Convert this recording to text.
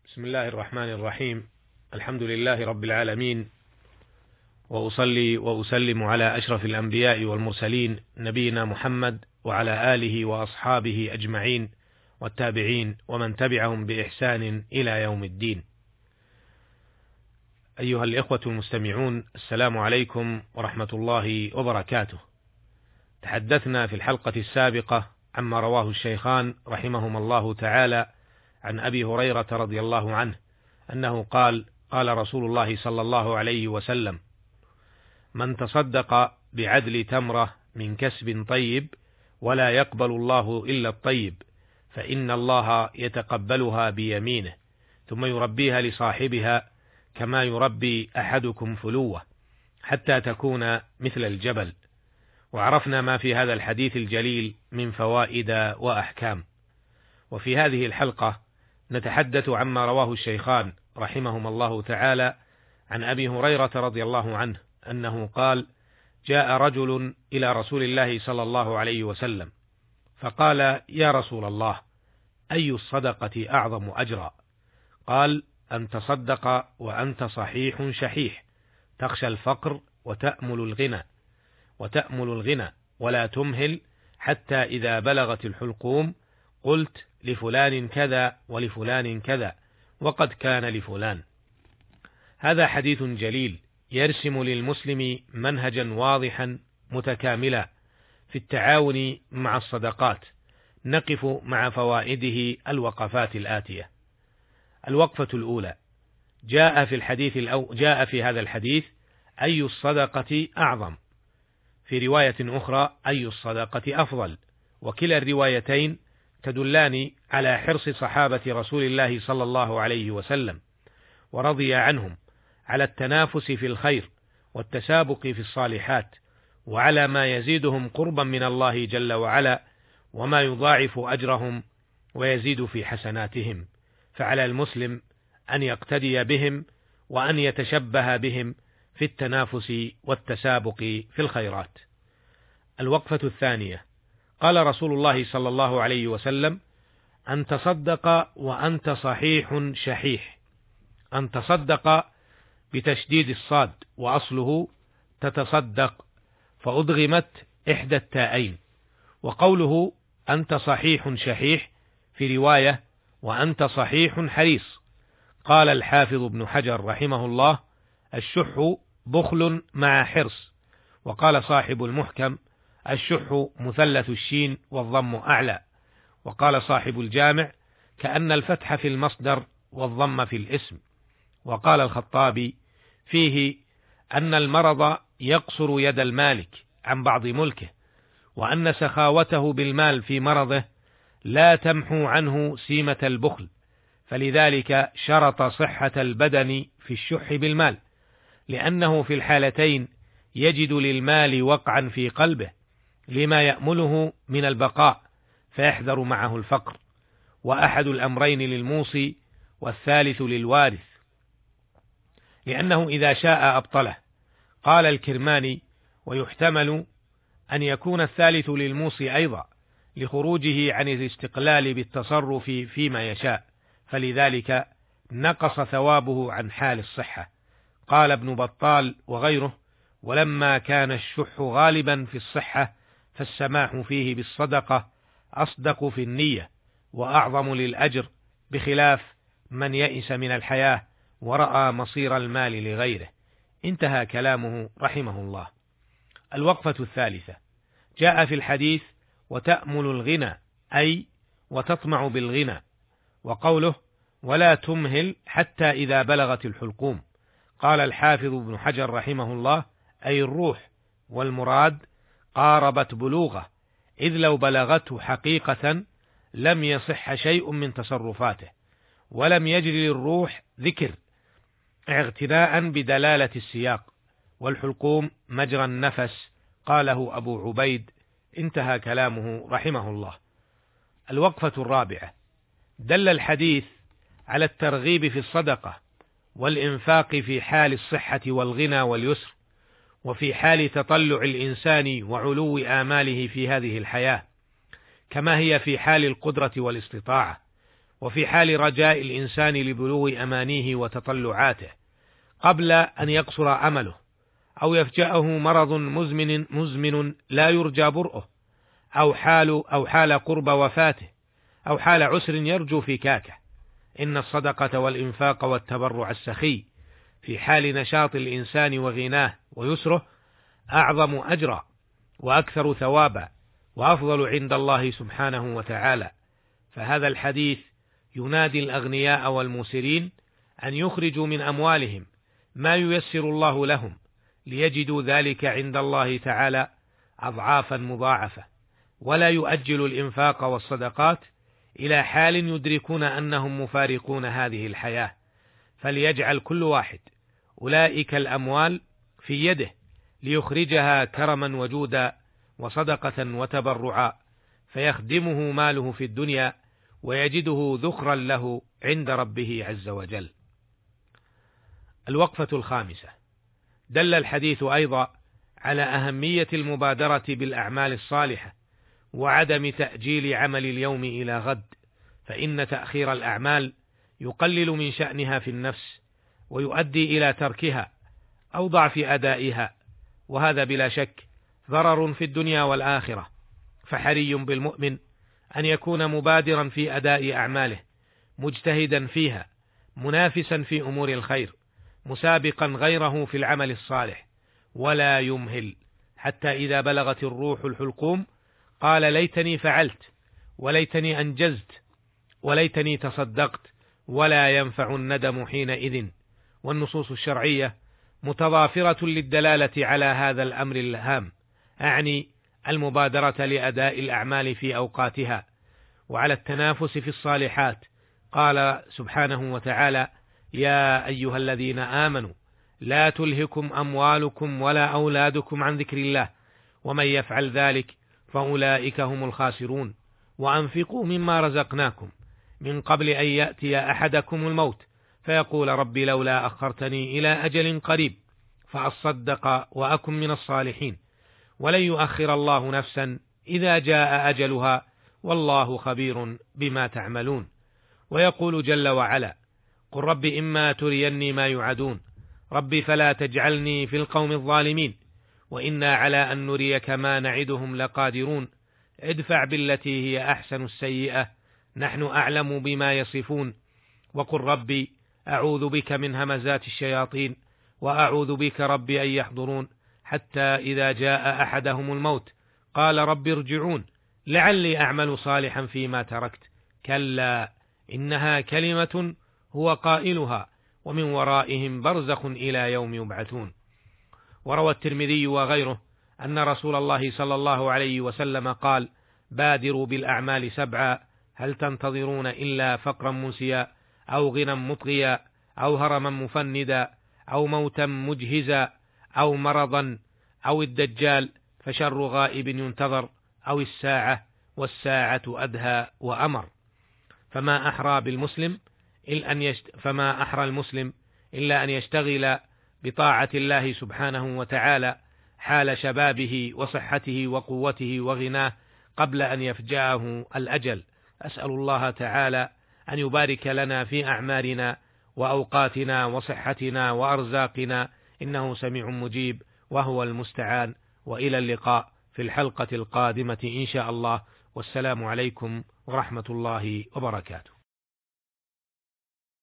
بسم الله الرحمن الرحيم. الحمد لله رب العالمين، وأصلي وأسلم على أشرف الأنبياء والمرسلين نبينا محمد وعلى آله وأصحابه أجمعين والتابعين ومن تبعهم بإحسان إلى يوم الدين. أيها الإخوة المستمعون، السلام عليكم ورحمة الله وبركاته. تحدثنا في الحلقة السابقة عما رواه الشيخان رحمهما الله تعالى عن أبي هريرة رضي الله عنه أنه قال: قال رسول الله صلى الله عليه وسلم: من تصدق بعدل تمرة من كسب طيب ولا يقبل الله إلا الطيب فإن الله يتقبلها بيمينه ثم يربيها لصاحبها كما يربي أحدكم فلوة حتى تكون مثل الجبل. وعرفنا ما في هذا الحديث الجليل من فوائد وأحكام. وفي هذه الحلقة نتحدث عما رواه الشيخان رحمهما الله تعالى عن أبي هريرة رضي الله عنه أنه قال: جاء رجل إلى رسول الله صلى الله عليه وسلم فقال: يا رسول الله، أي الصدقة أعظم أجرا؟ قال: أن تصدق وأنت صحيح شحيح تخشى الفقر وتأمل الغنى ولا تمهل حتى إذا بلغت الحلقوم قلت لفلان كذا ولفلان كذا وقد كان لفلان. هذا حديث جليل يرسم للمسلم منهجا واضحا متكاملا في التعاون مع الصدقات. نقف مع فوائده الوقفات الآتية. الوقفة الأولى: جاء في هذا الحديث أي الصدقة أعظم، في رواية أخرى أي الصدقة أفضل، وكلا الروايتين تدلان على حرص صحابة رسول الله صلى الله عليه وسلم ورضي عنهم على التنافس في الخير والتسابق في الصالحات، وعلى ما يزيدهم قربا من الله جل وعلا وما يضاعف أجرهم ويزيد في حسناتهم. فعلى المسلم أن يقتدي بهم وأن يتشبه بهم في التنافس والتسابق في الخيرات. الوقفة الثانية: قال رسول الله صلى الله عليه وسلم: أن تصدق وأنت صحيح شحيح. أن تصدق بتشديد الصاد وأصله تتصدق فأدغمت إحدى التاءين. وقوله أنت صحيح شحيح في رواية وأنت صحيح حريص. قال الحافظ ابن حجر رحمه الله: الشح بخل مع حرص. وقال صاحب المحكم: الشح مثلث الشين والضم أعلى. وقال صاحب الجامع: كأن الفتح في المصدر والضم في الاسم. وقال الخطابي فيه أن المرض يقصر يد المالك عن بعض ملكه، وأن سخاوته بالمال في مرضه لا تمحو عنه سيمة البخل، فلذلك شرط صحة البدن في الشح بالمال، لأنه في الحالتين يجد للمال وقعا في قلبه لما يأمله من البقاء فيحذر معه الفقر، وأحد الأمرين للموصي والثالث للوارث، لأنه إذا شاء أبطله. قال الكرماني: ويحتمل أن يكون الثالث للموصي أيضا لخروجه عن الاستقلال بالتصرف فيما يشاء، فلذلك نقص ثوابه عن حال الصحة. قال ابن بطال وغيره: ولما كان الشح غالبا في الصحة فالسماح فيه بالصدقة أصدق في النية وأعظم للأجر، بخلاف من يئس من الحياة ورأى مصير المال لغيره. انتهى كلامه رحمه الله. الوقفة الثالثة: جاء في الحديث وتأمل الغنى أي وتطمع بالغنى. وقوله ولا تمهل حتى إذا بلغت الحلقوم. قال الحافظ ابن حجر رحمه الله: أي الروح، والمراد قاربت بلوغه، إذ لو بلغته حقيقة لم يصح شيء من تصرفاته ولم يجري للروح ذكر، اغتناء بدلالة السياق. والحلقوم مجرى النفس، قاله أبو عبيد. انتهى كلامه رحمه الله. الوقفة الرابعة: دل الحديث على الترغيب في الصدقة والإنفاق في حال الصحة والغنى واليسر، وفي حال تطلع الإنسان وعلو آماله في هذه الحياة، كما هي في حال القدرة والاستطاعة. وفي حال رجاء الإنسان لبلوغ أمانيه وتطلعاته قبل أن يقصر أمله أو يفجأه مرض مزمن لا يرجى برؤه أو حال قرب وفاته أو حال عسر يرجو فكاكه. إن الصدقة والإنفاق والتبرع السخي في حال نشاط الإنسان وغناه ويسره أعظم أجرا وأكثر ثوابا وأفضل عند الله سبحانه وتعالى. فهذا الحديث ينادي الأغنياء والموسرين أن يخرجوا من أموالهم ما ييسر الله لهم ليجدوا ذلك عند الله تعالى أضعافا مضاعفة، ولا يؤجل الإنفاق والصدقات إلى حال يدركون أنهم مفارقون هذه الحياة، فليجعل كل واحد أولئك الأموال في يده ليخرجها كرما وجودا وصدقة وتبرعا، فيخدمه ماله في الدنيا ويجده ذخرا له عند ربه عز وجل. الوقفة الخامسة: دل الحديث أيضا على أهمية المبادرة بالأعمال الصالحة وعدم تأجيل عمل اليوم إلى غد، فإن تأخير الأعمال يقلل من شأنها في النفس ويؤدي إلى تركها أو ضعف أدائها، وهذا بلا شك ضرر في الدنيا والآخرة. فحري بالمؤمن أن يكون مبادرا في أداء أعماله، مجتهدا فيها، منافسا في أمور الخير، مسابقا غيره في العمل الصالح، ولا يمهل حتى إذا بلغت الروح الحلقوم قال: ليتني فعلت، وليتني أنجزت، وليتني تصدقت، ولا ينفع الندم حينئذ. والنصوص الشرعية متضافرة للدلالة على هذا الأمر الهام، أعني المبادرة لأداء الأعمال في أوقاتها وعلى التنافس في الصالحات. قال سبحانه وتعالى: يا أيها الذين آمنوا لا تلهكم أموالكم ولا أولادكم عن ذكر الله ومن يفعل ذلك فأولئك هم الخاسرون، وأنفقوا مما رزقناكم من قبل أن يأتي أحدكم الموت فيقول رب لولا أخرتني إلى أجل قريب فأصدق وأكن من الصالحين ولن يؤخر الله نفسا إذا جاء أجلها والله خبير بما تعملون. ويقول جل وعلا: قل رب إما تريني ما يوعدون رب فلا تجعلني في القوم الظالمين وإنا على أن نريك ما نعدهم لقادرون ادفع بالتي هي أحسن السيئة نحن أعلم بما يصفون وقل ربي أعوذ بك من همزات الشياطين وأعوذ بك ربي أن يحضرون حتى إذا جاء أحدهم الموت قال رب ارجعون لعلي أعمل صالحا فيما تركت كلا إنها كلمة هو قائلها ومن ورائهم برزخ إلى يوم يبعثون. وروى الترمذي وغيره أن رسول الله صلى الله عليه وسلم قال: بادروا بالأعمال 7 هل تنتظرون إلا فقرا منسيا أو غنى مطغيا أو هرما مفندا أو موتا مجهزا أو مرضا أو الدجال فشر غائب ينتظر أو الساعة والساعة أدهى وأمر. فما أحرى المسلم إلا أن يشتغل بطاعة الله سبحانه وتعالى حال شبابه وصحته وقوته وغناه قبل أن يفجأه الأجل. أسأل الله تعالى أن يبارك لنا في أعمارنا وأوقاتنا وصحتنا وأرزاقنا، إنه سميع مجيب وهو المستعان. وإلى اللقاء في الحلقة القادمة إن شاء الله، والسلام عليكم ورحمة الله وبركاته.